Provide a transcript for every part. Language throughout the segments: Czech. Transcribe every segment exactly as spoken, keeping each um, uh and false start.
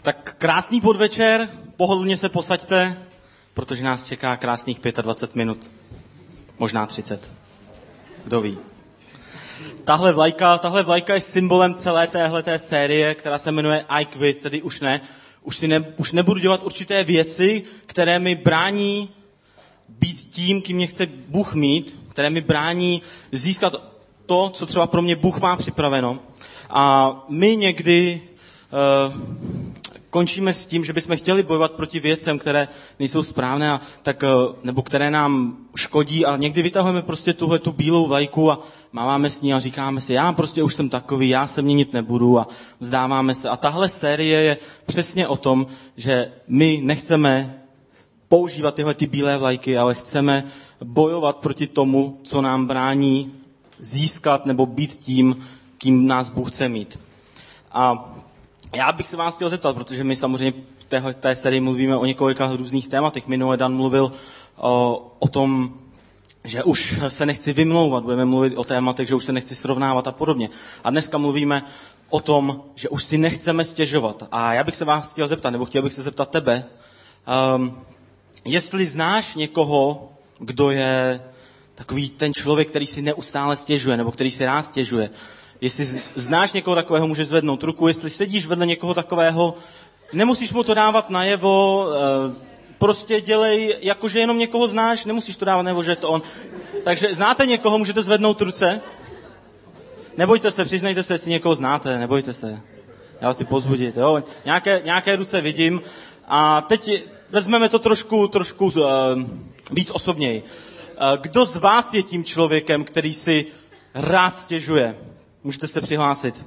Tak krásný podvečer, pohodlně se posaďte, protože nás čeká krásných dvacet pět minut, možná třicet, kdo ví. Tahle vlajka, tahle vlajka je symbolem celé téhleté série, která se jmenuje I Quit, tedy už ne. Už, si ne, už nebudu dělat určité věci, které mi brání být tím, kým mě chce Bůh mít, které mi brání získat to, co třeba pro mě Bůh má připraveno. A my někdy uh, končíme s tím, že bychom chtěli bojovat proti věcem, které nejsou správné, a tak, uh, nebo které nám škodí, a někdy vytahujeme prostě tuhle tu bílou vlajku a máváme s ní a říkáme si, já prostě už jsem takový, já se měnit nebudu, a vzdáváme se. A tahle série je přesně o tom, že my nechceme používat tyhle ty bílé vlajky, ale chceme bojovat proti tomu, co nám brání získat nebo být tím, kým nás Bůh chce mít. A já bych se vás chtěl zeptat, protože my samozřejmě v té, té sérii mluvíme o několika různých tématech. Minule Dan mluvil o, o tom, že už se nechci vymlouvat, budeme mluvit o tématech, že už se nechci srovnávat a podobně. A dneska mluvíme o tom, že už si nechceme stěžovat. A já bych se vás chtěl zeptat, nebo chtěl bych se zeptat tebe, um, jestli znáš někoho, kdo je takový ten člověk, který si neustále stěžuje, nebo který si rád stěžuje. Jestli znáš někoho takového, můžeš zvednout ruku. Jestli sedíš vedle někoho takového, nemusíš mu to dávat najevo, prostě dělej, jakože jenom někoho znáš, nemusíš to dávat najevo, že je to on. Takže znáte někoho, můžete zvednout ruce? Nebojte se, přiznejte se, jestli někoho znáte, nebojte se. Já vás si pozbudit, jo. Nějaké, nějaké ruce vidím. A teď vezmeme to trošku, trošku uh, víc osobněji. Uh, kdo z vás je tím člověkem, který si rád stěžuje? Můžete se přihlásit.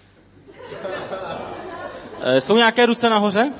Uh, jsou nějaké ruce nahoře?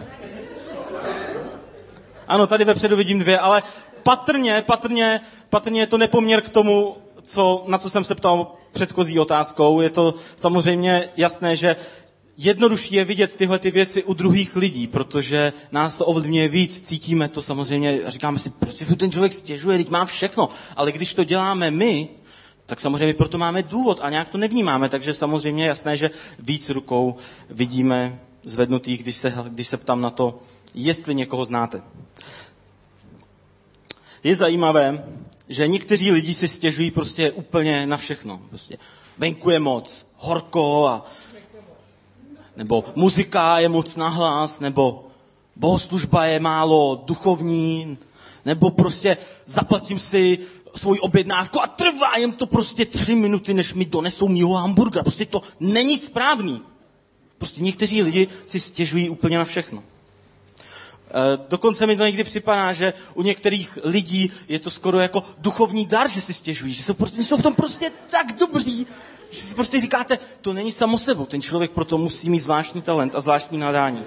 Ano, tady vepředu vidím dvě, ale patrně, patrně, patrně je to nepoměr k tomu, co, na co jsem se ptal předchozí otázkou. Je to samozřejmě jasné, že jednodušší je vidět tyhle ty věci u druhých lidí, protože nás to ovlivňuje víc, cítíme to samozřejmě a říkáme si, proč si ten člověk stěžuje, teď má všechno. Ale když to děláme my, tak samozřejmě proto máme důvod a nějak to nevnímáme, takže samozřejmě je jasné, že víc rukou vidíme zvednutých, když se, když se ptám na to, jestli někoho znáte. Je zajímavé, že někteří lidi si stěžují prostě úplně na všechno. Prostě venku je moc horko, a nebo muzika je moc nahlas, nebo bohoslužba je málo duchovní, nebo prostě zaplatím si svoji objednávku a trvá jen to prostě tři minuty, než mi donesou mýho hamburgera. Prostě to není správný. Prostě někteří lidi si stěžují úplně na všechno. Dokonce mi to někdy připadá, že u některých lidí je to skoro jako duchovní dar, že si stěžují, že jsou, prostě, jsou v tom prostě tak dobří, že si prostě říkáte, to není samo sebou, ten člověk proto musí mít zvláštní talent a zvláštní nadání.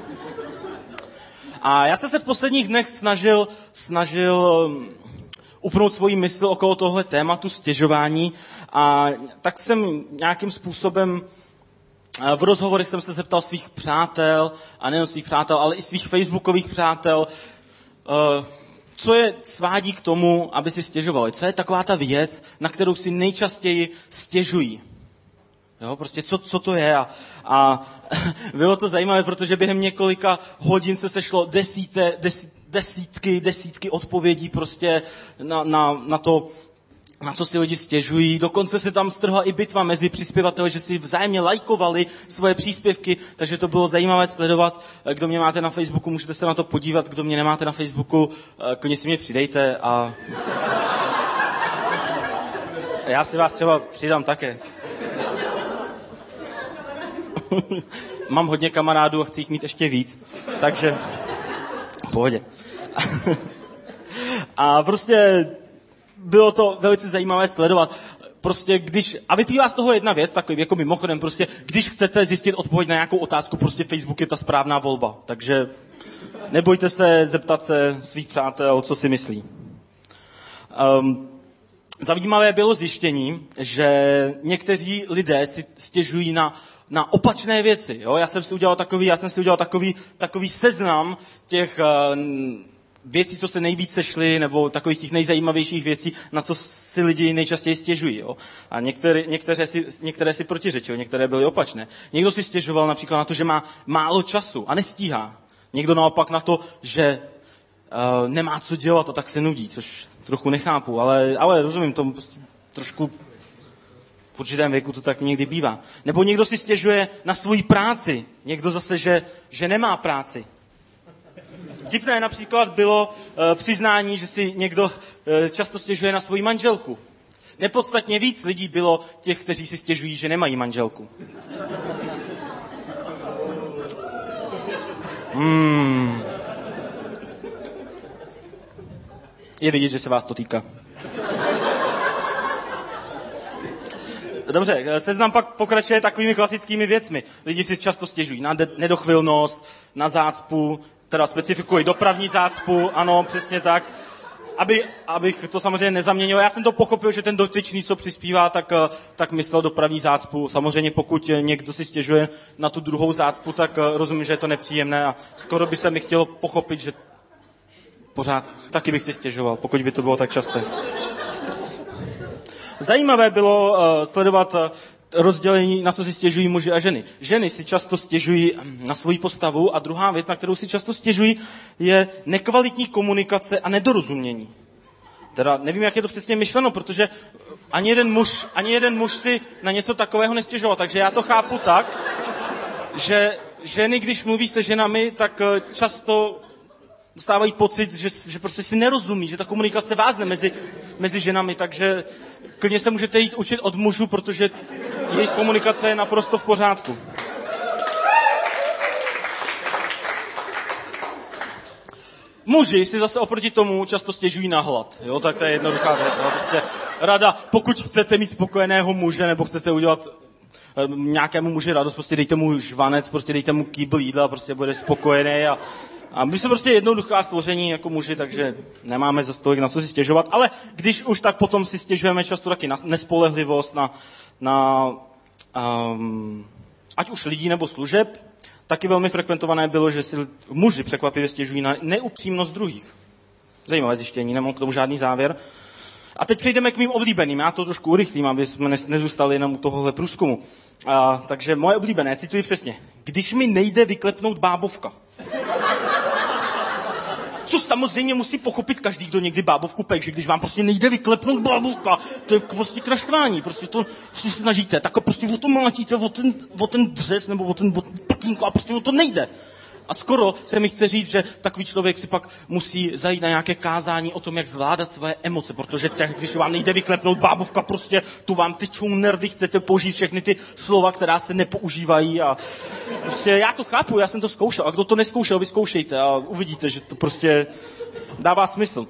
A já jsem se v posledních dnech snažil, snažil upnout svoji mysl okolo tohle tématu stěžování, a tak jsem nějakým způsobem v rozhovorech jsem se zeptal svých přátel, a nejen svých přátel, ale i svých facebookových přátel, co je svádí k tomu, aby si stěžovali. Co je taková ta věc, na kterou si nejčastěji stěžují. Jo, prostě co, co to je. A, a bylo to zajímavé, protože během několika hodin se sešlo desíte, desít, desítky, desítky odpovědí prostě na, na, na to, na co si lidi stěžují. Dokonce se tam strhla i bitva mezi přispěvateli, že si vzájemně lajkovali svoje příspěvky, takže to bylo zajímavé sledovat. Kdo mě máte na Facebooku, můžete se na to podívat. Kdo mě nemáte na Facebooku, klidně si mě přidejte a já si vás třeba přidám také. Mám hodně kamarádů a chci jich mít ještě víc, takže v pohodě. A prostě bylo to velice zajímavé sledovat. Prostě když, a vyplývá z toho jedna věc, takový jako mimochodem, prostě když chcete zjistit odpověď na nějakou otázku, prostě Facebook je ta správná volba. Takže nebojte se zeptat se svých přátel, co si myslí. Um, zajímavé bylo zjištění, že někteří lidé si stěžují na na opačné věci. Jo? Já jsem si udělal takový, já jsem si udělal takový, takový seznam těch uh, věcí, co se nejvíc sešly, nebo takových těch nejzajímavějších věcí, na co si lidi nejčastěji stěžují. Jo? A některé, některé, si, některé si protiřečily, některé byly opačné. Někdo si stěžoval například na to, že má málo času a nestíhá. Někdo naopak na to, že uh, nemá co dělat a tak se nudí, což trochu nechápu, ale, ale rozumím tomu prostě trošku v určitém věku to tak někdy bývá. Nebo někdo si stěžuje na svoji práci, někdo zase, že, že nemá práci. Vtipné například bylo uh, přiznání, že si někdo uh, často stěžuje na svoji manželku. Nepodstatně víc lidí bylo těch, kteří si stěžují, že nemají manželku. Hmm. Je vidět, že se vás to týká. Dobře, seznam pak pokračuje takovými klasickými věcmi. Lidi si často stěžují na de- nedochvilnost, na zácpu, teda specifikují dopravní zácpu, ano, přesně tak. Aby, abych to samozřejmě nezaměnil. Já jsem to pochopil, že ten dotyčný, co přispívá, tak, tak myslel dopravní zácpu. Samozřejmě pokud někdo si stěžuje na tu druhou zácpu, tak rozumím, že je to nepříjemné a skoro by se mi chtělo pochopit, že pořád taky bych si stěžoval, pokud by to bylo tak časté. Zajímavé bylo uh, sledovat uh, rozdělení, na co si stěžují muži a ženy. Ženy si často stěžují na svoji postavu a druhá věc, na kterou si často stěžují, je nekvalitní komunikace a nedorozumění. Teda nevím, jak je to přesně myšleno, protože ani jeden muž, ani jeden muž si na něco takového nestěžoval, takže já to chápu tak, že ženy, když mluví se ženami, tak často dostávají pocit, že, že prostě si nerozumí, že ta komunikace vázne mezi, mezi ženami, takže klidně se můžete jít učit od mužů, protože jejich komunikace je naprosto v pořádku. Muži si zase oproti tomu často stěžují na hlad, jo, tak to je jednoduchá věc. Jo. Prostě rada, pokud chcete mít spokojeného muže, nebo chcete udělat nějakému muži radost, prostě dejte mu žvanec, prostě dejte mu kýbl jídla, prostě bude spokojený a A my jsme prostě jednoduchá stvoření jako muži, takže nemáme za stolik na co si stěžovat. Ale když už, tak potom si stěžujeme často taky na nespolehlivost, na, na um, ať už lidí nebo služeb. Taky velmi frekventované bylo, že si muži překvapivě stěžují na neupřímnost druhých. Zajímavé zjištění, nemám k tomu žádný závěr. A teď přejdeme k mým oblíbeným. Já to trošku urychlím, aby jsme nezůstali jenom u tohohle průzkumu. A, takže moje oblíbené, cituji přesně. Když mi nejde vyklepnout bábovka. Což samozřejmě musí pochopit každý, kdo někdy bábovku pek, že když vám prostě nejde vyklepnout bábovka, to je prostě kraštvání, prostě to si snažíte, tak prostě o to mlátíte, o ten, o ten dřez nebo o ten, o ten prkínko a prostě o to nejde. A skoro se mi chce říct, že takový člověk si pak musí zajít na nějaké kázání o tom, jak zvládat své emoce, protože těch, když vám nejde vyklepnout bábovka, prostě tu vám tečou nervy, chcete použít všechny ty slova, která se nepoužívají a prostě já to chápu, já jsem to zkoušel a kdo to neskoušel, vyzkoušejte a uvidíte, že to prostě dává smysl.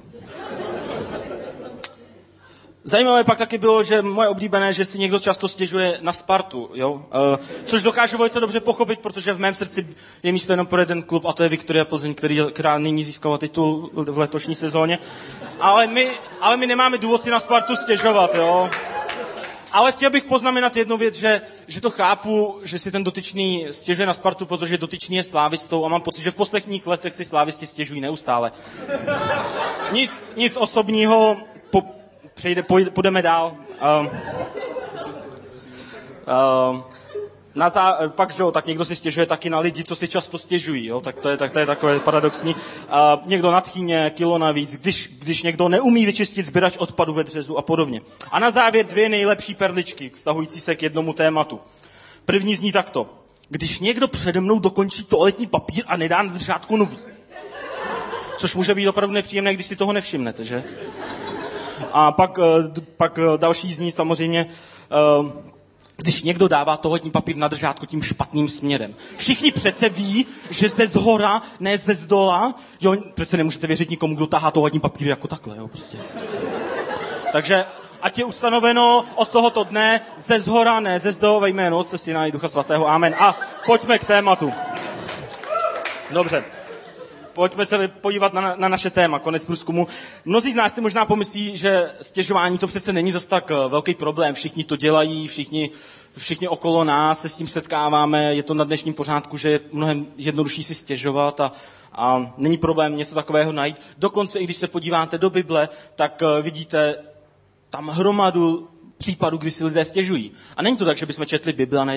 Zajímavé pak taky bylo, že moje oblíbené, že si někdo často stěžuje na Spartu, jo? E, což dokážu velice dobře pochopit, protože v mém srdci je místo jenom pro jeden klub a to je Viktoria Plzeň, který, která nyní získala titul v letošní sezóně. Ale my, ale my nemáme důvod si na Spartu stěžovat, jo? Ale chtěl bych poznamenat jednu věc, že, že to chápu, že si ten dotyčný stěžuje na Spartu, protože dotyčný je slávistou a mám pocit, že v posledních letech si slávisti stěžují neustále. Nic, nic osobního, po, přejde, půjdeme dál. Uh, uh, na zá, pak, že jo, tak někdo si stěžuje taky na lidi, co si často stěžují, jo, tak to je, tak to je takové paradoxní. Uh, někdo na tchýně, kilo navíc, když, když někdo neumí vyčistit sběrač odpadu ve dřezu a podobně. A na závěr dvě nejlepší perličky, vztahující se k jednomu tématu. První zní takto. Když někdo přede mnou dokončí toaletní papír a nedá na držátku nový. Což může být opravdu nepříjemné, když si toho nevšimnete, že? A pak, pak další zní samozřejmě, když někdo dává toaletní papír na držátko tím špatným směrem. Všichni přece ví, že ze zhora, ne ze zdola, jo, přece nemůžete věřit nikomu, kdo tahá toaletní papír jako takhle, jo, prostě. Takže ať je ustanoveno od tohoto dne ze zhora, ne ze zdola, ve jménu Otce, Syna i Ducha Svatého. Amen. A pojďme k tématu. Dobře. Pojďme se podívat na, na naše téma, konec průzkumu. Mnozí z nás si možná pomyslí, že stěžování to přece není zas tak velký problém. Všichni to dělají, všichni, všichni okolo nás se s tím setkáváme. Je to na dnešním pořádku, že je mnohem jednodušší si stěžovat a, a není problém něco takového najít. Dokonce i když se podíváte do Bible, tak vidíte tam hromadu případů, kdy si lidé stěžují. A není to tak, že bychom četli Bibli a najednou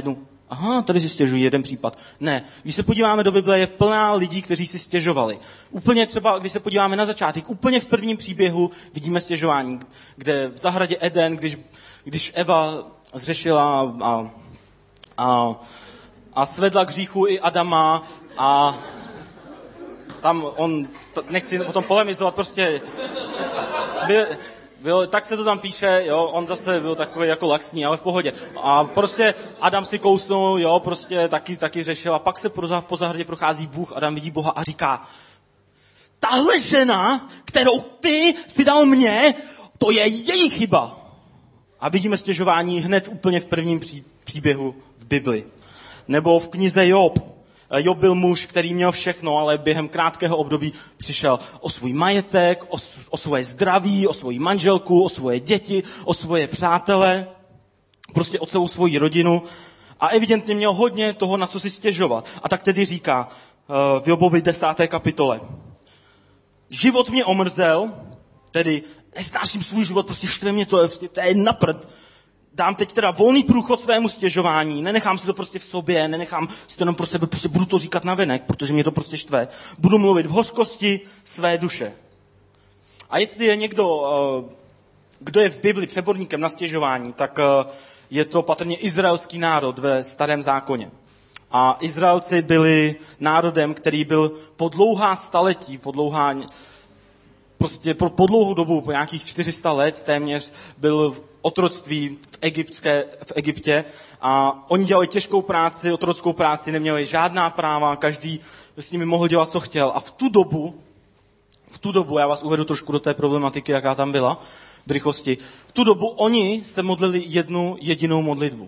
Aha, tady si stěžují jeden případ. Ne, když se podíváme do Bible, je plná lidí, kteří si stěžovali. Úplně třeba, když se podíváme na začátek, úplně v prvním příběhu vidíme stěžování, kde v zahradě Eden, když, když Eva zřešila a, a, a svedla k hříchu i Adama a tam on, nechci o tom polemizovat, prostě byl, byl, tak se to tam píše, jo, on zase byl takový jako laxní, ale v pohodě. A prostě Adam si kousnul, jo, prostě taky, taky řešil a pak se po, po zahradě prochází Bůh, Adam vidí Boha a říká, tahle žena, kterou ty si dal mně, to je její chyba. A vidíme stěžování hned úplně v prvním pří, příběhu v Bibli. Nebo v knize Job. Job byl muž, který měl všechno, ale během krátkého období přišel o svůj majetek, o, o svoje zdraví, o svoji manželku, o svoje děti, o svoje přátele, prostě o celou svoji rodinu. A evidentně měl hodně toho, na co si stěžovat. A tak tedy říká v Jobovi desáté kapitole. Život mě omrzel, tedy nesnáším svůj život, prostě štve mě to, to je na prd. Dám teď teda volný průchod svému stěžování, nenechám si to prostě v sobě, nenechám si to jenom pro sebe, prostě budu to říkat navenek, protože mě to prostě štve. Budu mluvit v hořkosti své duše. A jestli je někdo, kdo je v Bibli přeborníkem na stěžování, tak je to patrně izraelský národ ve Starém zákoně. A Izraelci byli národem, který byl po dlouhá staletí, po dlouhá, prostě po, po dlouhou dobu, po nějakých čtyři sta let téměř, byl v otroctví v, egyptské, v Egyptě a oni dělali těžkou práci, otrockou práci, neměli žádná práva, každý s nimi mohl dělat, co chtěl. A v tu dobu, v tu dobu, já vás uvedu trošku do té problematiky, jaká tam byla, v rychlosti, v tu dobu oni se modlili jednu jedinou modlitbu.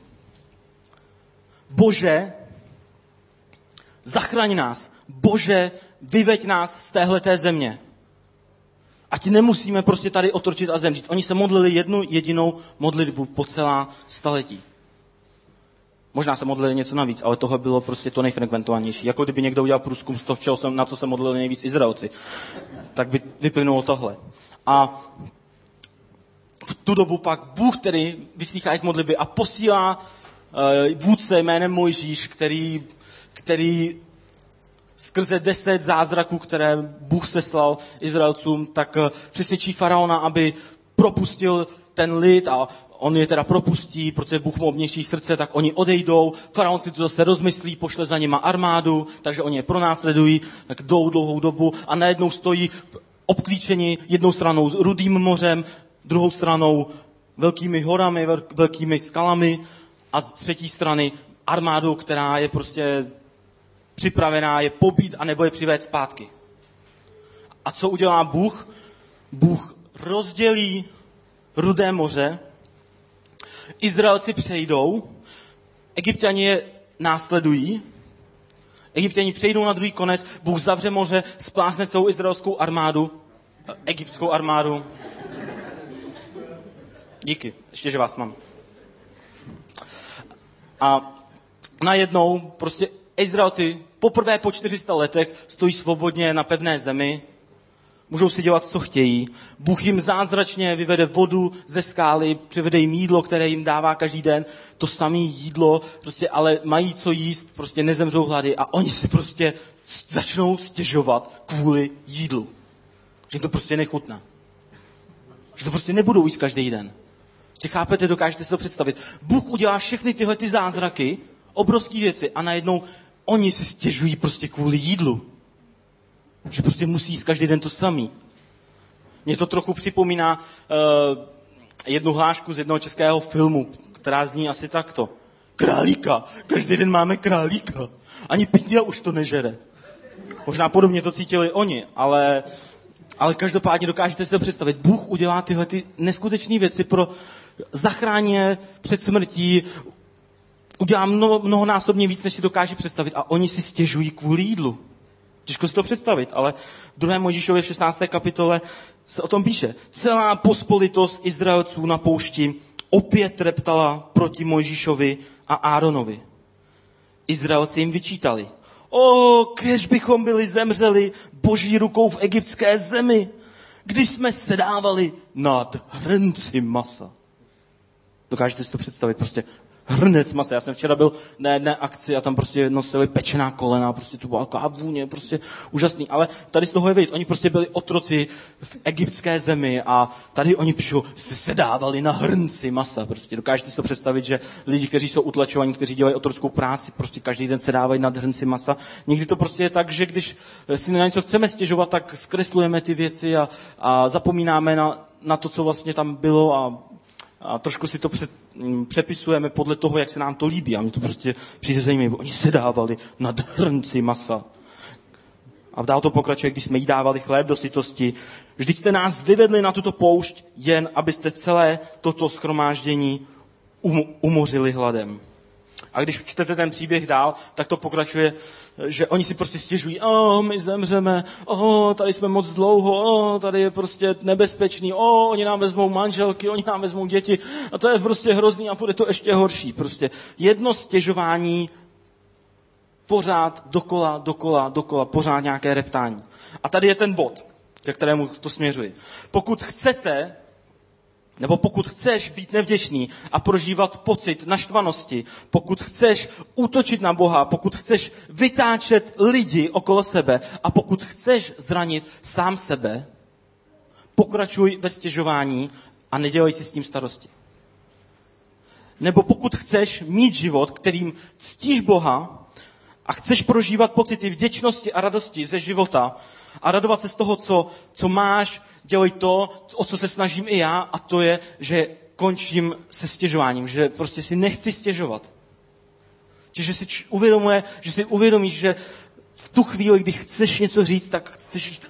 Bože, zachraň nás. Bože, vyveď nás z téhleté země. Ať nemusíme prostě tady otročit a zemřít. Oni se modlili jednu jedinou modlitbu po celá staletí. Možná se modlili něco navíc, ale tohle bylo prostě to nejfrekventovanější. Jako kdyby někdo udělal průzkum z toho, čeho jsem, na co se modlili nejvíc Izraelci. Tak by vyplynulo tohle. A v tu dobu pak Bůh tedy vyslýchá jejich modlitby a posílá uh, vůdce jménem Mojžíš, který, který skrze deset zázraků, které Bůh seslal Izraelcům, tak přesvědčí faraona, aby propustil ten lid a on je teda propustí, protože Bůh mu obněží srdce, tak oni odejdou. Faraon si to zase rozmyslí, pošle za nima armádu, takže oni je pronásledují tak dlouhou, dlouhou dobu a najednou stojí obklíčeni jednou stranou s Rudým mořem, druhou stranou velkými horami, velkými skalami a z třetí strany armádou, která je prostě připravená je pobít a nebo je přivést zpátky. A co udělá Bůh? Bůh rozdělí Rudé moře, Izraelci přejdou, Egypťani je následují, Egypťani přejdou na druhý konec, Bůh zavře moře, spláchne celou izraelskou armádu, egyptskou armádu. Díky, ještě, že vás mám. A najednou prostě Izraelci poprvé po čtyři sta letech stojí svobodně na pevné zemi, můžou si dělat, co chtějí. Bůh jim zázračně vyvede vodu ze skály, přivede jim jídlo, které jim dává každý den, to samé jídlo, prostě, ale mají co jíst, prostě nezemřou hlady a oni si prostě začnou stěžovat kvůli jídlu. Že jim to prostě nechutná. Že to prostě nebudou jíst každý den. Že chápete, dokážete si to představit. Bůh udělá všechny tyhle ty zázraky, obrovské věci a najednou oni si stěžují prostě kvůli jídlu. Že prostě musí jíst každý den to samý. Mně to trochu připomíná uh, jednu hlášku z jednoho českého filmu, která zní asi takto. Králíka. Každý den máme králíka. Ani pytně už to nežere. Možná podobně to cítili oni, ale, ale každopádně dokážete si to představit. Bůh udělá tyhle ty neskutečné věci pro zachrání před smrtí, udělá mnoho, mnohonásobně víc, než si dokáže představit a oni si stěžují kvůli jídlu. Těžko si to představit, ale v druhé Mojžíšově v šestnácté kapitole se o tom píše. Celá pospolitost Izraelců na poušti opět reptala proti Mojžíšovi a Áronovi. Izraelci jim vyčítali. O, kéž bychom byli zemřeli boží rukou v egyptské zemi, když jsme sedávali nad hrnci masa. Dokážete si to představit? Prostě hrnec masa. Já jsem včera byl na jedné akci a tam prostě nosili pečená kolena, prostě to byla taková vůně, prostě úžasný. Ale tady z toho je vidět, oni prostě byli otroci v egyptské zemi a tady oni píšou, jste se dávali na hrnci masa. Prostě dokážete si to představit, že lidi, kteří jsou utlačovaní, kteří dělají otrockou práci, prostě každý den se dávají na hrnci masa. Někdy to prostě je tak, že když si na něco chceme stěžovat, tak zkreslujeme ty věci a, a zapomínáme na, na to, co vlastně tam bylo a A trošku si to před, m, přepisujeme podle toho, jak se nám to líbí. A mě to prostě přijde zajímavé. Oni se dávali na hrnci masa. A dál to pokračuje, když jsme jí dávali chléb do sytosti. Vždyť jste nás vyvedli na tuto poušť, jen abyste celé toto shromáždění um, umořili hladem. A když čtete ten příběh dál, tak to pokračuje, že oni si prostě stěžují, o, my zemřeme, o, tady jsme moc dlouho, o, tady je prostě nebezpečný, o, oni nám vezmou manželky, oni nám vezmou děti a to je prostě hrozný a bude to ještě horší. Prostě jedno stěžování pořád dokola, dokola, dokola, pořád nějaké reptání. A tady je ten bod, ke kterému to směřuji. Pokud chcete, nebo pokud chceš být nevděčný a prožívat pocit naštvanosti, pokud chceš útočit na Boha, pokud chceš vytáčet lidi okolo sebe a pokud chceš zranit sám sebe, pokračuj ve stěžování a nedělej si s tím starosti. Nebo pokud chceš mít život, kterým ctíš Boha a chceš prožívat pocity vděčnosti a radosti ze života a radovat se z toho, co, co máš, dělej to, o co se snažím i já, a to je, že končím se stěžováním, že prostě si nechci stěžovat. Že si uvědomuje, že si uvědomíš, že v tu chvíli, kdy chceš něco říct, tak chceš říct,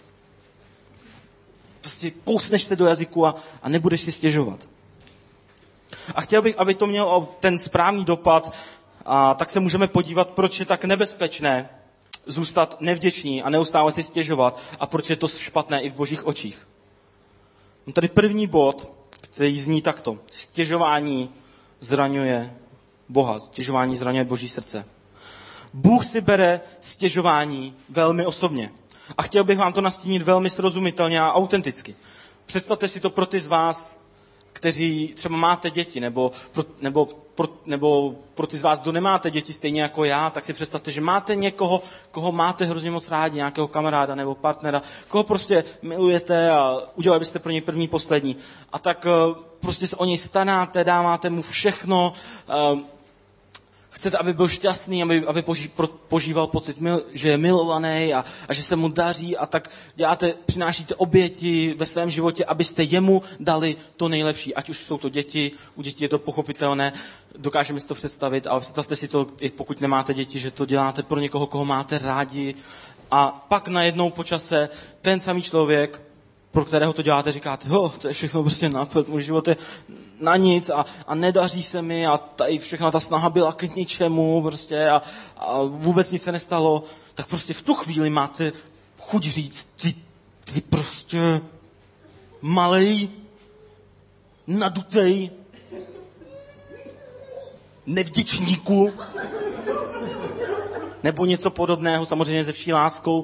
prostě kousneš se do jazyku a, a nebudeš si stěžovat. A chtěl bych, aby to mělo ten správný dopad, a tak se můžeme podívat, proč je tak nebezpečné zůstat nevděčný a neustále si stěžovat a proč je to špatné i v Božích očích. Tady první bod, který zní takto. Stěžování zraňuje Boha, stěžování zraňuje Boží srdce. Bůh si bere stěžování velmi osobně. A chtěl bych vám to nastínit velmi srozumitelně a autenticky. Představte si to pro ty z vás, kteří třeba máte děti, nebo pro, nebo, pro, nebo pro ty z vás, kdo nemáte děti stejně jako já, tak si představte, že máte někoho, koho máte hrozně moc rádi, nějakého kamaráda nebo partnera, koho prostě milujete a udělali byste pro něj první, poslední. A tak prostě se o něj staráte, dáváte mu všechno, chcete, aby byl šťastný, aby, aby poží, požíval pocit, že je milovaný a, a že se mu daří a tak děláte, přinášíte oběti ve svém životě, abyste jemu dali to nejlepší. Ať už jsou to děti, u dětí je to pochopitelné, dokážeme si to představit, ale představte si to, pokud nemáte děti, že to děláte pro někoho, koho máte rádi. A pak najednou po čase ten samý člověk, pro kterého to děláte, říkáte, jo, to je všechno prostě nápad, můj život je na nic a, a nedaří se mi a tady všechna ta snaha byla k ničemu prostě a, a vůbec nic se nestalo, tak prostě v tu chvíli máte chuť říct, ty, ty prostě malej, nadutej, nevděčníku, nebo něco podobného, samozřejmě se vší láskou.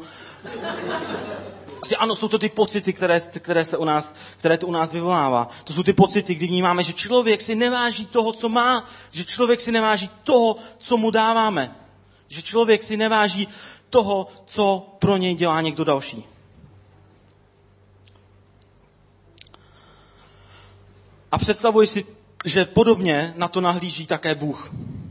Ano, jsou to ty pocity, které, které, se u nás, které to u nás vyvolává. To jsou ty pocity, kdy vnímáme, že člověk si neváží toho, co má, že člověk si neváží toho, co mu dáváme, že člověk si neváží toho, co pro něj dělá někdo další. A představuji si, že podobně na to nahlíží také Bůh.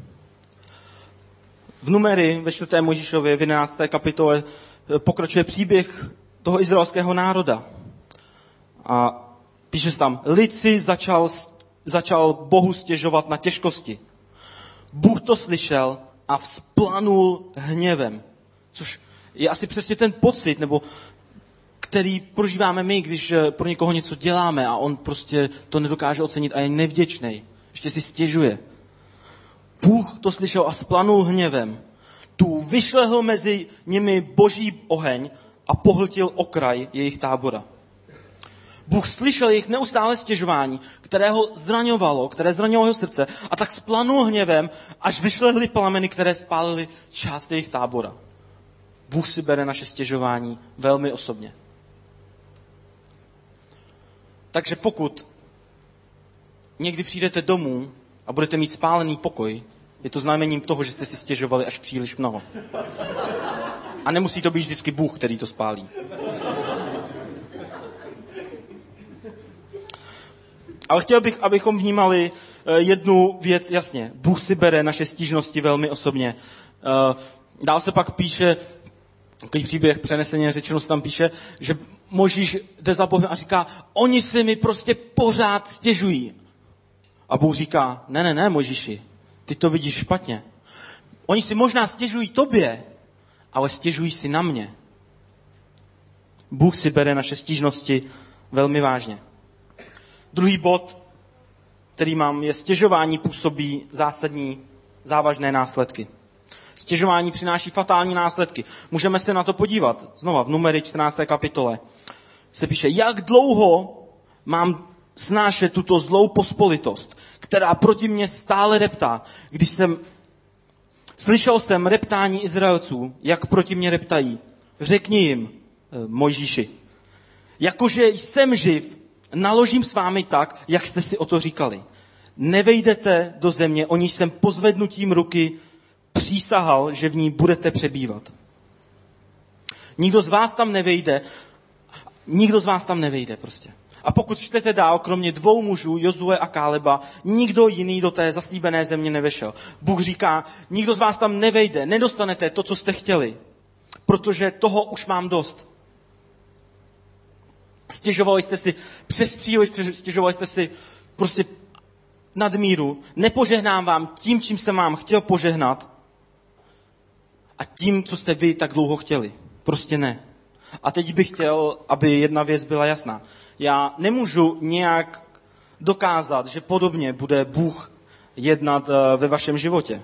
V Numery ve čtvrté Mojžíšově v jedenácté kapitole pokračuje příběh toho izraelského národa. A píše se tam, lid si začal, začal Bohu stěžovat na těžkosti. Bůh to slyšel a vzplanul hněvem. Což je asi přesně ten pocit, nebo který prožíváme my, když pro někoho něco děláme a on prostě to nedokáže ocenit a je nevděčný. Ještě si stěžuje. Bůh to slyšel a vzplanul hněvem. Tu vyšlehl mezi nimi boží oheň a pohltil okraj jejich tábora. Bůh slyšel jejich neustále stěžování, které ho zraňovalo, které zraňovalo jeho srdce, a tak splanul hněvem, až vyšlehly plameny, které spálily část jejich tábora. Bůh si bere naše stěžování velmi osobně. Takže pokud někdy přijdete domů a budete mít spálený pokoj, je to znamením toho, že jste si stěžovali až příliš mnoho. A nemusí to být vždycky Bůh, který to spálí. Ale chtěl bych, abychom vnímali jednu věc jasně. Bůh si bere naše stížnosti velmi osobně. Dál se pak píše, takový příběh přeneseně řečeno se tam píše, že Mojžíš jde za Bohem a říká, oni si mi prostě pořád stěžují. A Bůh říká, ne, ne, ne, Mojžíši, ty to vidíš špatně. Oni si možná stěžují tobě, ale stěžují si na mě. Bůh si bere naše stížnosti velmi vážně. Druhý bod, který mám, je stěžování působí zásadní, závažné následky. Stěžování přináší fatální následky. Můžeme se na to podívat. Znova v Numery čtrnácté kapitole se píše, jak dlouho mám snášet tuto zlou pospolitost, která proti mně stále reptá. Když jsem slyšel jsem reptání Izraelců, jak proti mně reptají. Řekni jim, Mojžíši, jakože jsem živ, naložím s vámi tak, jak jste si o to říkali. Nevejdete do země, o níž jsem pozvednutím ruky přísahal, že v ní budete přebývat. Nikdo z vás tam nevejde, nikdo z vás tam nevejde prostě. A pokud čtete dál, kromě dvou mužů, Jozue a Káleba, nikdo jiný do té zaslíbené země nevešel. Bůh říká, nikdo z vás tam nevejde, nedostanete to, co jste chtěli, protože toho už mám dost. Stěžovali jste si přes příliš, stěžovali jste si prostě nadmíru, nepožehnám vám tím, čím jsem vám chtěl požehnat a tím, co jste vy tak dlouho chtěli. Prostě ne. A teď bych chtěl, aby jedna věc byla jasná. Já nemůžu nějak dokázat, že podobně bude Bůh jednat ve vašem životě.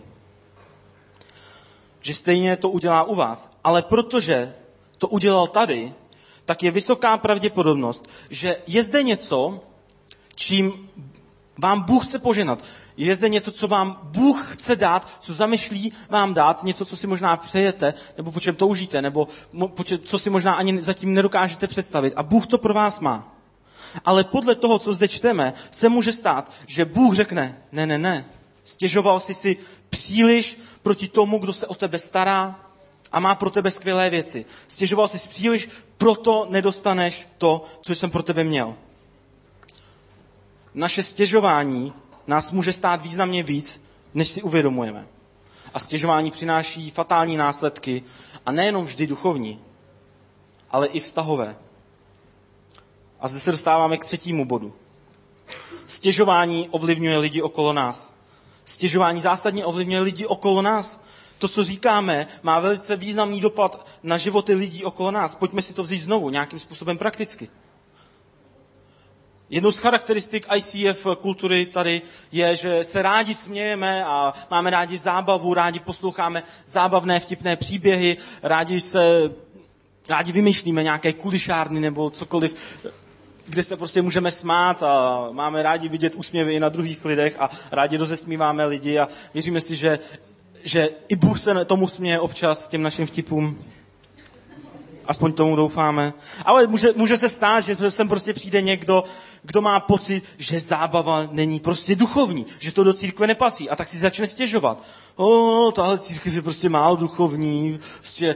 Že stejně to udělá u vás. Ale protože to udělal tady, tak je vysoká pravděpodobnost, že je zde něco, čím vám Bůh chce poženat. Je zde něco, co vám Bůh chce dát, co zamýšlí vám dát, něco, co si možná přejete, nebo po čem toužíte, nebo po čem, co si možná ani zatím nedokážete představit. A Bůh to pro vás má. Ale podle toho, co zde čteme, se může stát, že Bůh řekne, ne, ne, ne, stěžoval jsi si příliš proti tomu, kdo se o tebe stará a má pro tebe skvělé věci. Stěžoval jsi příliš, proto nedostaneš to, co jsem pro tebe měl. Naše stěžování nás může stát významně víc, než si uvědomujeme. A stěžování přináší fatální následky, a nejenom vždy duchovní, ale i vztahové. A zde se dostáváme k třetímu bodu. Stěžování ovlivňuje lidi okolo nás. Stěžování zásadně ovlivňuje lidi okolo nás. To, co říkáme, má velice významný dopad na životy lidí okolo nás. Pojďme si to vzít znovu, nějakým způsobem prakticky. Jednou z charakteristik I C F kultury tady je, že se rádi smějeme a máme rádi zábavu, rádi posloucháme zábavné, vtipné příběhy, rádi se, rádi vymýšlíme nějaké kulišárny nebo cokoliv, kde se prostě můžeme smát a máme rádi vidět úsměvy i na druhých lidech a rádi rozesmíváme lidi a věříme si, že, že i Bůh se tomu směje občas těm našim vtipům. Aspoň tomu doufáme. Ale může, může se stát, že sem prostě přijde někdo, kdo má pocit, že zábava není prostě duchovní, že to do církve nepatří a tak si začne stěžovat. O, tahle církev je prostě málo duchovní, prostě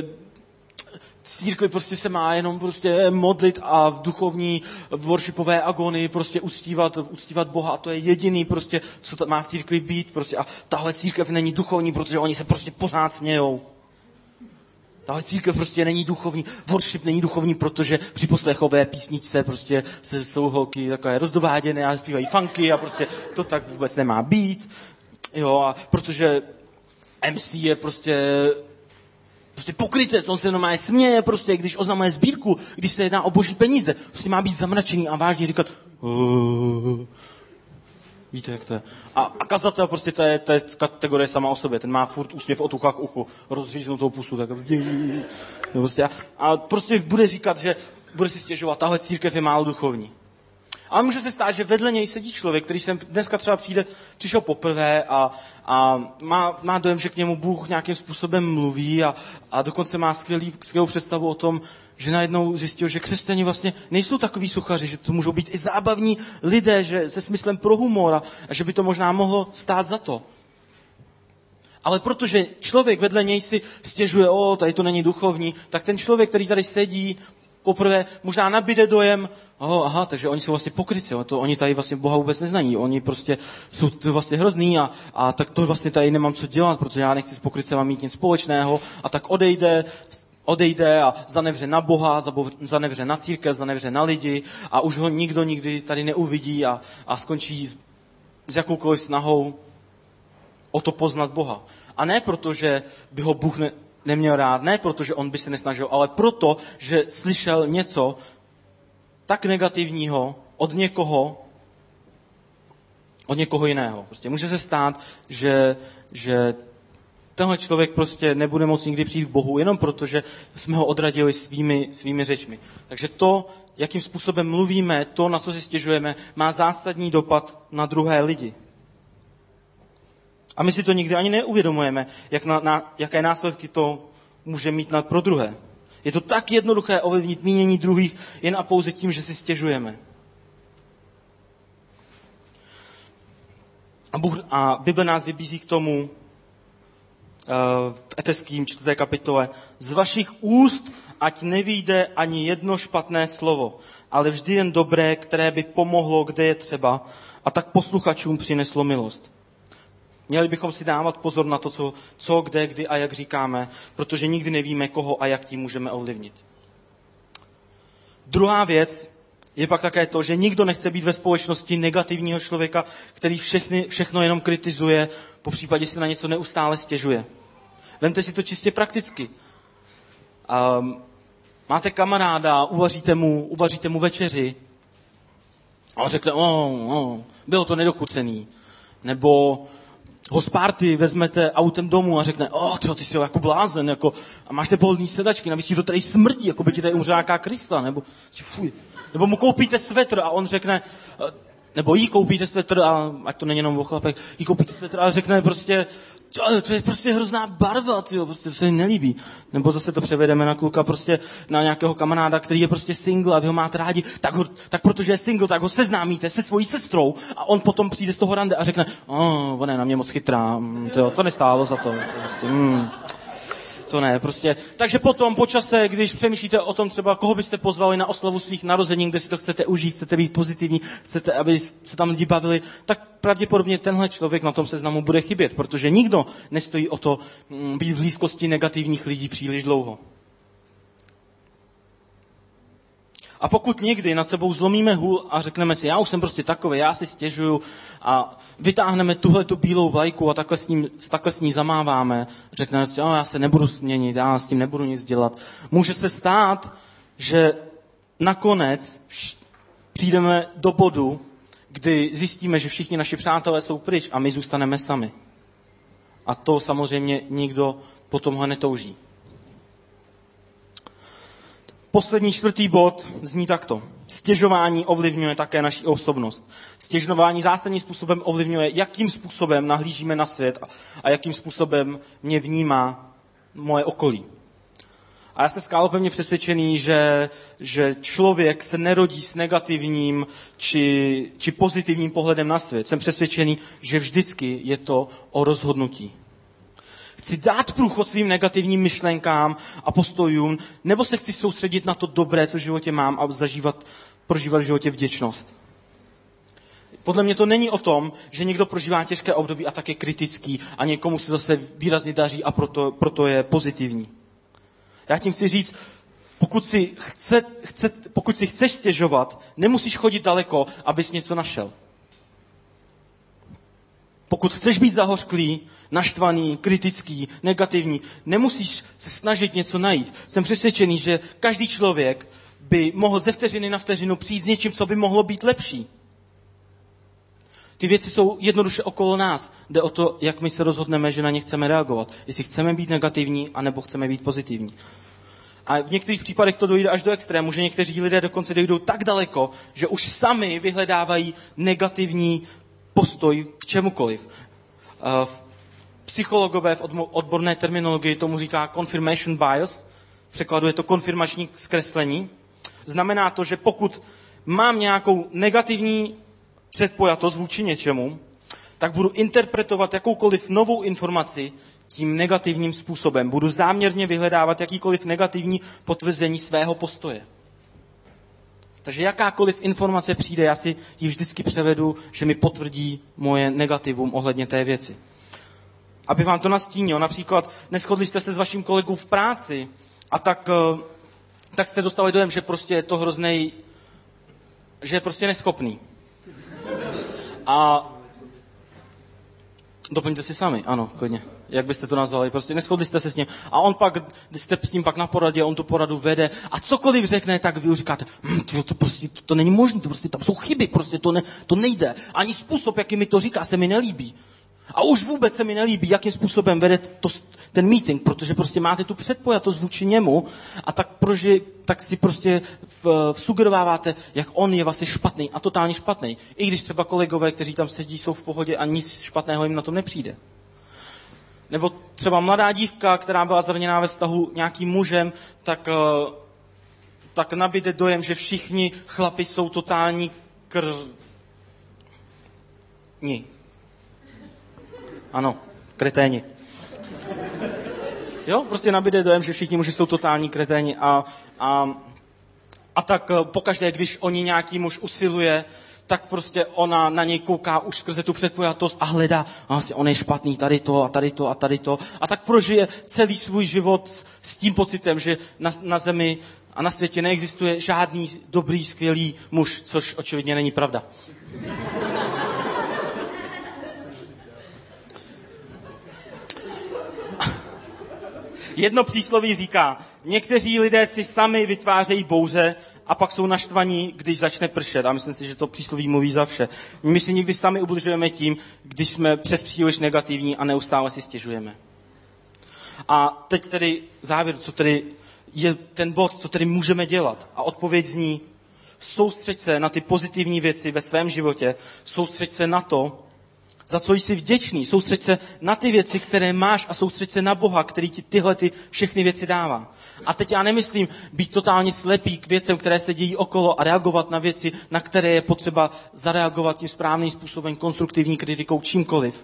církev prostě se má jenom prostě modlit a v duchovní worshipové agonii prostě uctívat, uctívat Boha a to je jediný prostě, co to má v církvi být prostě a tahle církev není duchovní, protože oni se prostě pořád smějou. Tahle církev prostě není duchovní, worship není duchovní, protože při poslechové písničce prostě jsou holky takové rozdováděné a zpívají funky a prostě to tak vůbec nemá být. Jo, a protože M C je prostě prostě pokrytec, on se normálně směje prostě, když oznamuje sbírku, když se jedná o boží peníze. Prostě má být zamračený a vážně říkat uh, víte, jak to je. A, a kazatel prostě to je, to je kategorie sama o sobě. Ten má furt úsměv od ucha k uchu, rozříznutou pusu. Tak prostě, a, a prostě bude říkat, že bude si stěžovat, tahle církev je málo duchovní. Ale může se stát, že vedle něj sedí člověk, který sem dneska třeba přijde, přišel poprvé a, a má, má dojem, že k němu Bůh nějakým způsobem mluví a, a dokonce má skvělý, skvělou představu o tom, že najednou zjistil, že křesťani vlastně nejsou takový suchaři, že to můžou být i zábavní lidé, že se smyslem pro humor a, a že by to možná mohlo stát za to. Ale protože člověk vedle něj si stěžuje, o, tady to není duchovní, tak ten člověk, který tady sedí, poprvé možná nabíde dojem, oh, aha, takže oni jsou vlastně pokrytci, to oni tady vlastně Boha vůbec neznají, oni prostě jsou to vlastně hrozný a, a tak to vlastně tady nemám co dělat, protože já nechci s pokrytcema mít nic společného a tak odejde, odejde a zanevře na Boha, zanevře na církev, zanevře na lidi a už ho nikdo nikdy tady neuvidí a, a skončí s, s jakoukoliv snahou o to poznat Boha. A ne proto, že by ho Bůh ne, neměl rád, ne proto, že on by se nesnažil, ale proto, že slyšel něco tak negativního od někoho, od někoho jiného. Prostě může se stát, že, že tenhle člověk prostě nebude moct nikdy přijít k Bohu, jenom proto, že jsme ho odradili svými, svými řečmi. Takže to, jakým způsobem mluvíme, to, na co si stěžujeme, má zásadní dopad na druhé lidi. A my si to nikdy ani neuvědomujeme, jak na, na, jaké následky to může mít nad pro druhé. Je to tak jednoduché ovlivnit mínění druhých jen a pouze tím, že si stěžujeme. A, Bůh, a Bible nás vybízí k tomu uh, v Efeským čtvrté kapitole. Z vašich úst ať nevyjde ani jedno špatné slovo, ale vždy jen dobré, které by pomohlo, kde je třeba, a tak posluchačům přineslo milost. Měli bychom si dávat pozor na to, co, co, kde, kdy a jak říkáme, protože nikdy nevíme, koho a jak tím můžeme ovlivnit. Druhá věc je pak také to, že nikdo nechce být ve společnosti negativního člověka, který všechny, všechno jenom kritizuje, popřípadě si na něco neustále stěžuje. Vemte si to čistě prakticky. Um, máte kamaráda, uvaříte mu, uvaříte mu večeři a on řekne, oh, oh, bylo to nedochucený. Nebo ho z party vezmete autem domů a řekne, oh, tyjo, ty jsi jako blázen, jako, a máš nepohodlný sedačky, navíc ti to tady smrdí, jako by ti tady umřela nějaká krysa, nebo, fuj. Nebo mu koupíte svetr a on řekne, nebo jí koupíte svetr, a ať to není jenom o chlapech, jí koupíte svetr a řekne prostě, to je prostě hrozná barva, tyjo, prostě to se mi nelíbí. Nebo zase to převedeme na kluka, prostě na nějakého kamaráda, který je prostě single a vy ho máte rádi, tak, ho, tak protože je single, tak ho seznámíte se svojí sestrou a on potom přijde z toho rande a řekne, oh, ona je na mě moc chytrá, tyjo, to nestálo za to. Prostě, mm. To ne, prostě. Takže potom po čase, když přemýšlíte o tom třeba, koho byste pozvali na oslavu svých narozenin, kde si to chcete užít, chcete být pozitivní, chcete, aby se tam lidi bavili, tak pravděpodobně tenhle člověk na tom seznamu bude chybět, protože nikdo nestojí o to být v blízkosti negativních lidí příliš dlouho. A pokud někdy nad sebou zlomíme hůl a řekneme si, já už jsem prostě takový, já si stěžuju a vytáhneme tuhletu bílou vlajku a takhle s, ním, takhle s ní zamáváme, řekneme si, já se nebudu změnit, já s tím nebudu nic dělat. Může se stát, že nakonec přijdeme do bodu, kdy zjistíme, že všichni naši přátelé jsou pryč a my zůstaneme sami. A to samozřejmě nikdo potom ho netouží. Poslední čtvrtý bod zní takto. Stěžování ovlivňuje také naši osobnost. Stěžování zásadním způsobem ovlivňuje, jakým způsobem nahlížíme na svět a jakým způsobem mě vnímá moje okolí. A já jsem skálopevně přesvědčený, že, že člověk se nerodí s negativním či, či pozitivním pohledem na svět. Jsem přesvědčený, že vždycky je to o rozhodnutí. Chci dát průchod svým negativním myšlenkám a postojům, nebo se chci soustředit na to dobré, co v životě mám a zažívat, prožívat v životě vděčnost. Podle mě to není o tom, že někdo prožívá těžké období a tak je kritický a někomu se zase výrazně daří a proto, proto je pozitivní. Já tím chci říct, pokud si, chce, chce, pokud si chceš stěžovat, nemusíš chodit daleko, abys něco našel. Pokud chceš být zahořklý, naštvaný, kritický, negativní, nemusíš se snažit něco najít. Jsem přesvědčený, že každý člověk by mohl ze vteřiny na vteřinu přijít s něčím, co by mohlo být lepší. Ty věci jsou jednoduše okolo nás. Jde o to, jak my se rozhodneme, že na ně chceme reagovat. Jestli chceme být negativní, anebo chceme být pozitivní. A v některých případech to dojde až do extrému, že někteří lidé dokonce dojdou tak daleko, že už sami vyhledávají negativní postoj k čemukoliv. Psychologové v odborné terminologii tomu říká confirmation bias, v překladu je to konfirmační zkreslení. Znamená to, že pokud mám nějakou negativní předpojatost vůči něčemu, tak budu interpretovat jakoukoliv novou informaci tím negativním způsobem. Budu záměrně vyhledávat jakýkoliv negativní potvrzení svého postoje. Takže jakákoliv informace přijde, já si ji vždycky převedu, že mi potvrdí moje negativum ohledně té věci. Aby vám to nastínilo, například neshodli jste se s vaším kolegou v práci a tak, tak jste dostali dojem, že prostě je to hroznej, že je prostě neschopný. A doplňte si sami, ano, klidně. Jak byste to nazvali, prostě neshodli jste se s ním. A on pak, když jste s ním pak na poradě, on tu poradu vede a cokoliv řekne, tak vy už říkáte, hm, tyjo, to prostě, to, to není možné, to prostě tam jsou chyby, prostě to, ne, to nejde. Ani způsob, jaký mi to říká, se mi nelíbí. A už vůbec se mi nelíbí, jakým způsobem vede to, ten meeting, protože prostě máte tu předpojatost vůči němu a tak, proži, tak si prostě v, vsugerováváte, jak on je vlastně špatný a totálně špatný. I když třeba kolegové, kteří tam sedí, jsou v pohodě a nic špatného jim na tom nepřijde. Nebo třeba mladá dívka, která byla zraněná ve vztahu nějakým mužem, tak, tak nabíde dojem, že všichni chlapi jsou totální krni. Ano, kreténi. Jo, prostě nabíde dojem, že všichni muži jsou totální kreténi a, a, a tak pokaždé, když oni nějaký muž usiluje, tak prostě ona na něj kouká už skrze tu předpojatost a hledá, vlastně on je špatný, tady to a tady to a tady to. A tak prožije celý svůj život s tím pocitem, že na, na zemi a na světě neexistuje žádný dobrý, skvělý muž, což očividně není pravda. Jedno přísloví říká, někteří lidé si sami vytvářejí bouře a pak jsou naštvaní, když začne pršet. A myslím si, že to přísloví mluví za vše. My si někdy sami ubližujeme tím, když jsme přes příliš negativní a neustále si stěžujeme. A teď tedy závěr, co tedy je ten bod, co tedy můžeme dělat. A odpověď zní, soustřeď se na ty pozitivní věci ve svém životě, soustřeď se na to, za co jsi vděčný. Soustřeď se na ty věci, které máš a soustřeď se na Boha, který ti tyhle ty všechny věci dává. A teď já nemyslím být totálně slepý k věcem, které se dějí okolo a reagovat na věci, na které je potřeba zareagovat tím správným způsobem, konstruktivní kritikou, čímkoliv.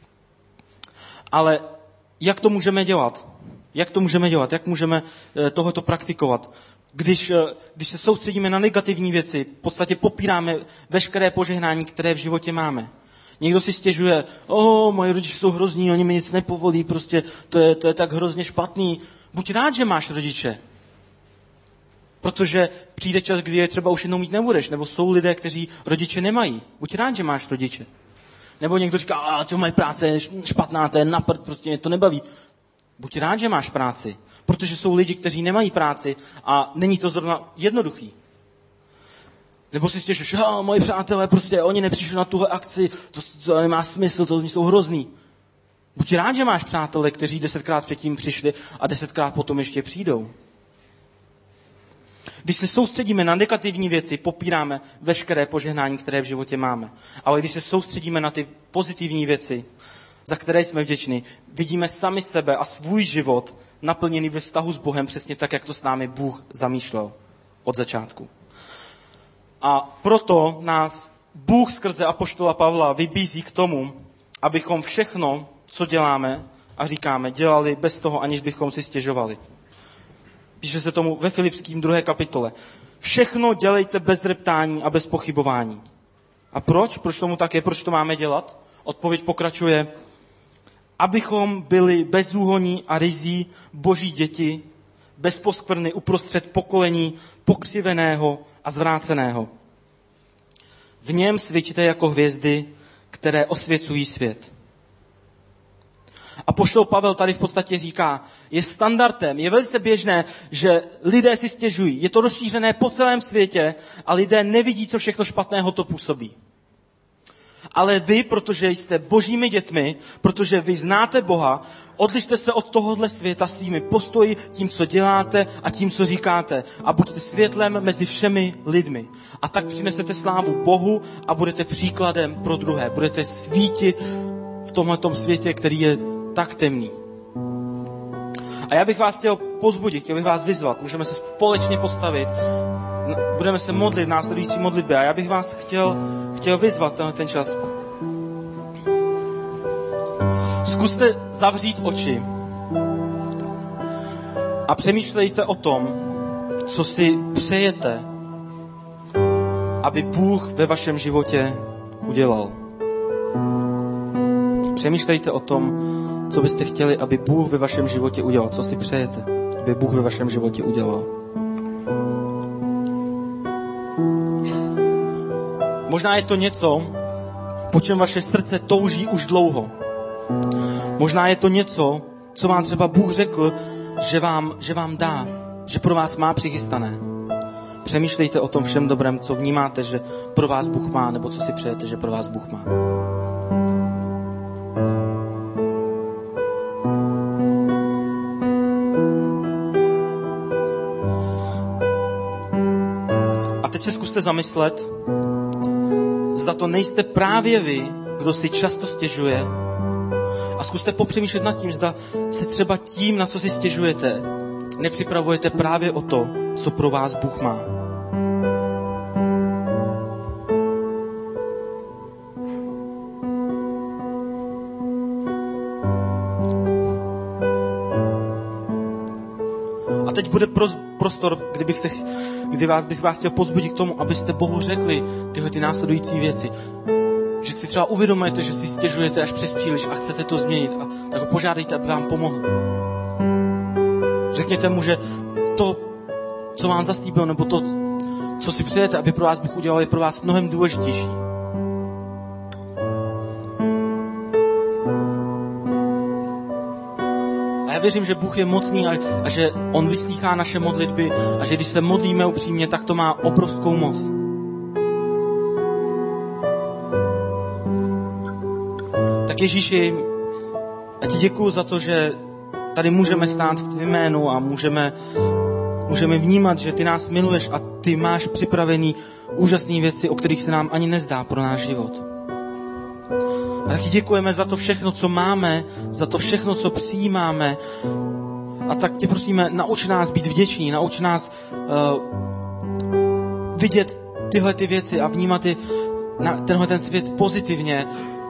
Ale jak to můžeme dělat? Jak to můžeme dělat? Jak můžeme tohoto praktikovat? Když, když se soustředíme na negativní věci, v podstatě popíráme veškeré požehnání, které v životě máme. Někdo si stěžuje, oh, moji rodiče jsou hrozní, oni mi nic nepovolí, prostě to je, to je tak hrozně špatný. Buď rád, že máš rodiče. Protože přijde čas, kdy je třeba už jednou mít nebudeš. Nebo jsou lidé, kteří rodiče nemají. Buď rád, že máš rodiče. Nebo někdo říká, a to moje práce je špatná, to je na prd, prostě mě to nebaví. Buď rád, že máš práci. Protože jsou lidi, kteří nemají práci a není to zrovna jednoduchý. Nebo si stěžuješ, že moji přátelé, prostě oni nepřišli na tuhle akci, to, to nemá smysl, to jsou hrozný. Buď rád, že máš přátelé, kteří desetkrát předtím přišli a desetkrát potom ještě přijdou. Když se soustředíme na negativní věci, popíráme veškeré požehnání, které v životě máme. Ale když se soustředíme na ty pozitivní věci, za které jsme vděční, vidíme sami sebe a svůj život naplněný ve vztahu s Bohem přesně tak, jak to s námi Bůh zamýšlel od začátku. A proto nás Bůh skrze apoštola Pavla vybízí k tomu, abychom všechno, co děláme a říkáme, dělali bez toho, aniž bychom si stěžovali. Píše se tomu ve Filipským druhé kapitole. Všechno dělejte bez reptání a bez pochybování. A proč? Proč tomu tak je? Proč to máme dělat? Odpověď pokračuje. Abychom byli bezúhonní a ryzí Boží děti, bez poskvrny uprostřed pokolení pokřiveného a zvráceného. V něm svítíte jako hvězdy, které osvěcují svět. Apoštol Pavel tady v podstatě říká, je standardem, je velice běžné, že lidé si stěžují. Je to rozšířené po celém světě a lidé nevidí, co všechno špatného to působí. Ale vy, protože jste božími dětmi, protože vy znáte Boha, odlište se od tohohle světa svými postoji, tím, co děláte a tím, co říkáte. A buďte světlem mezi všemi lidmi. A tak přinesete slávu Bohu a budete příkladem pro druhé. Budete svítit v tomhletom světě, který je tak temný. A já bych vás chtěl pozbudit, chtěl bych vás vyzvat. Můžeme se společně postavit. Budeme se modlit v následující modlitbě. A já bych vás chtěl, chtěl vyzvat ten, ten čas. Zkuste zavřít oči a přemýšlejte o tom, co si přejete, aby Bůh ve vašem životě udělal. Přemýšlejte o tom, co byste chtěli, aby Bůh ve vašem životě udělal. Co si přejete, aby Bůh ve vašem životě udělal. Možná je to něco, po čem vaše srdce touží už dlouho. Možná je to něco, co vám třeba Bůh řekl, že vám, že vám dá, že pro vás má přichystané. Přemýšlejte o tom všem dobrém, co vnímáte, že pro vás Bůh má, nebo co si přejete, že pro vás Bůh má. A teď se zkuste zamyslet, zda to nejste právě vy, kdo si často stěžuje, a zkuste popřemýšlet nad tím, zda se třeba tím, na co si stěžujete, nepřipravujete právě o to, co pro vás Bůh má. A teď bude prostor, kdybych se, kdy vás, bych vás chtěl pozbudit k tomu, abyste Bohu řekli tyhle ty následující věci. Že si třeba uvědomujete, že si stěžujete až přes příliš a chcete to změnit, a tak ho požádejte, aby vám pomohl. Řekněte mu, že to, co vám zaslíbil, nebo to, co si přejete, aby pro vás Bůh udělal, je pro vás mnohem důležitější. A já věřím, že Bůh je mocný a, a že on vyslýchá naše modlitby a že když se modlíme upřímně, tak to má obrovskou moc. Tak Ježíši, já ti děkuju za to, že tady můžeme stát v tvém jménu a můžeme, můžeme vnímat, že ty nás miluješ a ty máš připravený úžasné věci, o kterých se nám ani nezdá pro náš život. A tak ti děkujeme za to všechno, co máme, za to všechno, co přijímáme. A tak tě prosíme, nauč nás být vděční, nauč nás uh, vidět tyhle ty věci a vnímat ty, na tenhle ten svět pozitivně.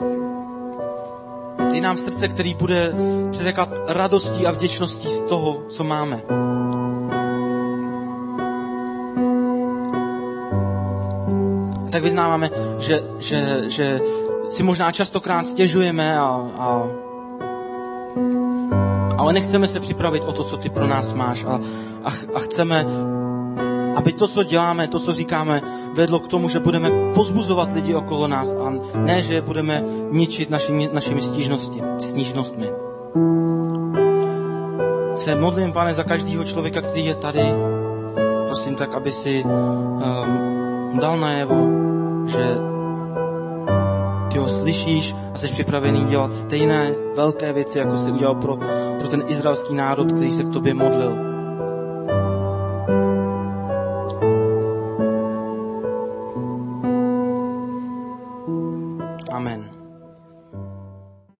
Dej nám srdce, který bude přetékat radostí a vděčností z toho, co máme. A tak vyznáváme, že, že, že si možná častokrát stěžujeme, a, a, ale nechceme se připravit o to, co ty pro nás máš. A, a, a chceme, aby to, co děláme, to, co říkáme, vedlo k tomu, že budeme pozbuzovat lidi okolo nás a ne, že je budeme ničit našimi, našimi stížnosti, stížnostmi. Se modlím, Pane, za každého člověka, který je tady. Prosím tak, aby si um, dal najevo, že ty ho slyšíš a jsi připravený dělat stejné velké věci, jako jsi udělal pro, pro ten izraelský národ, který se k tobě modlil.